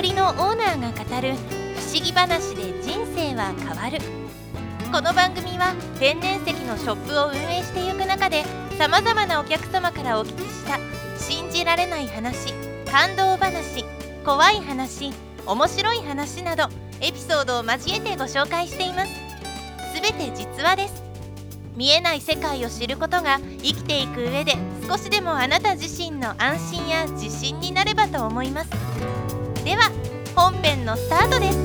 森のオーナーが語る不思議話で人生は変わる。この番組は天然石のショップを運営していく中で、さまざまなお客様からお聞きした信じられない話、感動話、怖い話、面白い話などエピソードを交えてご紹介しています。すべて実話です。見えない世界を知ることが生きていく上で少しでもあなた自身の安心や自信になればと思います。では本編のスタートです。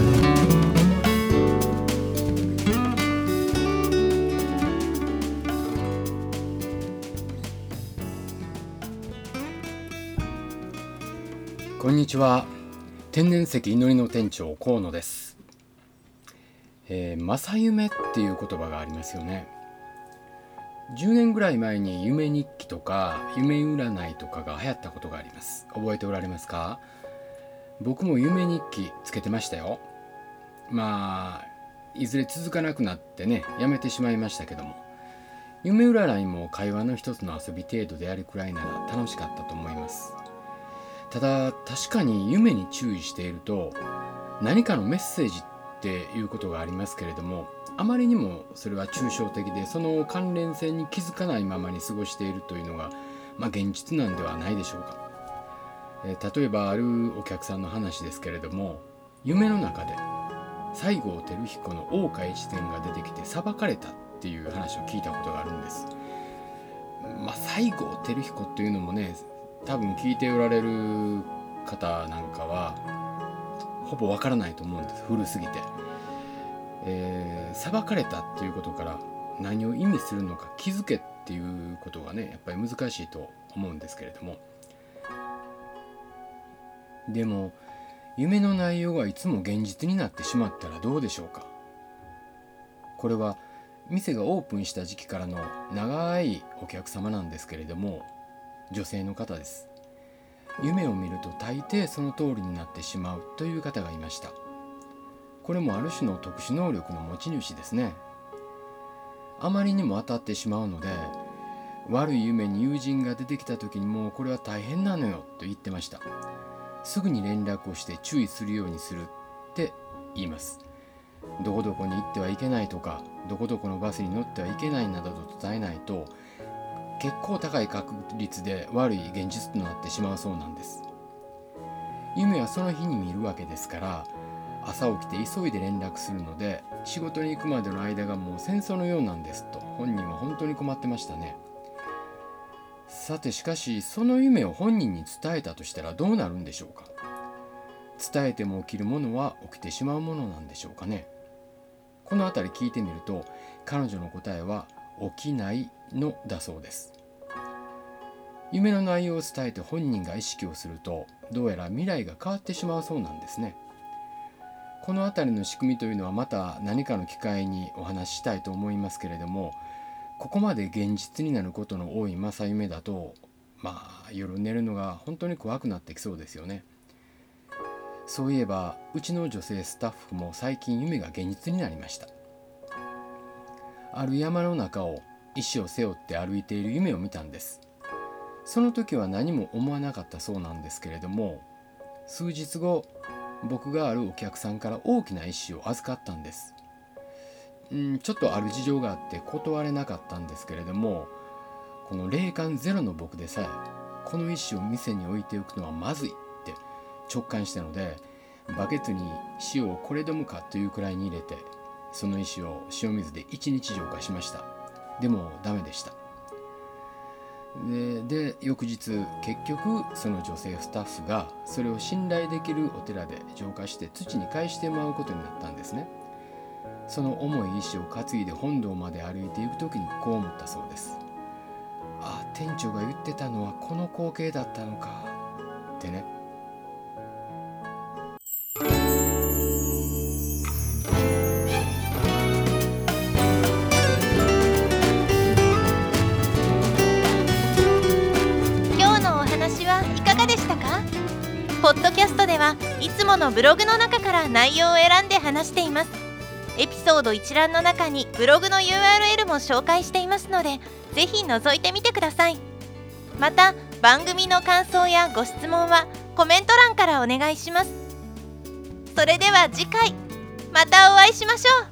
こんにちは。天然石祈りの店長河野です。正夢っていう言葉がありますよね。10年ぐらい前に夢日記とか夢占いとかが流行ったことがあります。覚えておられますか？僕も夢日記つけてましたよ。いずれ続かなくなってね、やめてしまいましたけども、夢占いも会話の一つの遊び程度であるくらいなら楽しかったと思います。ただ確かに夢に注意していると何かのメッセージっていうことがありますけれども、あまりにもそれは抽象的で、その関連性に気づかないままに過ごしているというのが、現実なんではないでしょうか。例えばあるお客さんの話ですけれども、夢の中で西郷輝彦の大岡越前が出てきて裁かれたっていう話を聞いたことがあるんです。西郷輝彦っていうのもね、多分聞いておられる方なんかはほぼわからないと思うんです。古すぎて、裁かれたっていうことから何を意味するのか気づけっていうことがね、やっぱり難しいと思うんですけれども、でも夢の内容がいつも現実になってしまったらどうでしょうか。これは店がオープンした時期からの長いお客様なんですけれども、女性の方です。夢を見ると大抵その通りになってしまうという方がいました。これもある種の特殊能力の持ち主ですね。あまりにも当たってしまうので、悪い夢に友人が出てきた時にもうこれは大変なのよと言ってました。すぐに連絡をして注意するようにするって言います。どこどこに行ってはいけないとか、どこどこのバスに乗ってはいけないなどと伝えないと、結構高い確率で悪い現実となってしまうそうなんです。夢はその日に見るわけですから、朝起きて急いで連絡するので、仕事に行くまでの間がもう戦争のようなんですと本人は本当に困ってましたね。さてしかし、その夢を本人に伝えたとしたらどうなるんでしょうか。伝えても起きるものは起きてしまうものなんでしょうかね。このあたり聞いてみると、彼女の答えは起きないのだそうです。夢の内容を伝えて本人が意識をすると、どうやら未来が変わってしまうそうなんですね。このあたりの仕組みというのはまた何かの機会にお話ししたいと思いますけれども、ここまで現実になることの多い正夢だと、夜寝るのが本当に怖くなってきそうですよね。そういえばうちの女性スタッフも最近夢が現実になりました。ある山の中を石を背負って歩いている夢を見たんです。その時は何も思わなかったそうなんですけれども、数日後、僕があるお客さんから大きな石を預かったんです。ちょっとある事情があって断れなかったんですけれども、この霊感ゼロの僕でさえこの石を店に置いておくのはまずいって直感したので、バケツに塩をこれでもかというくらいに入れて、その石を塩水で1日浄化しました。でもダメでした。で翌日、結局その女性スタッフがそれを信頼できるお寺で浄化して土に返してもらうことになったんですね。その重い石を担いで本堂まで歩いていく時にこう思ったそうです。店長が言ってたのはこの光景だったのかってね。 今日のお話はいかがでしたか？ポッドキャストではいつものブログの中から内容を選んで話しています。エピソード一覧の中にブログの URL も紹介していますので、ぜひ覗いてみてください。また番組の感想やご質問はコメント欄からお願いします。 それでは次回またお会いしましょう。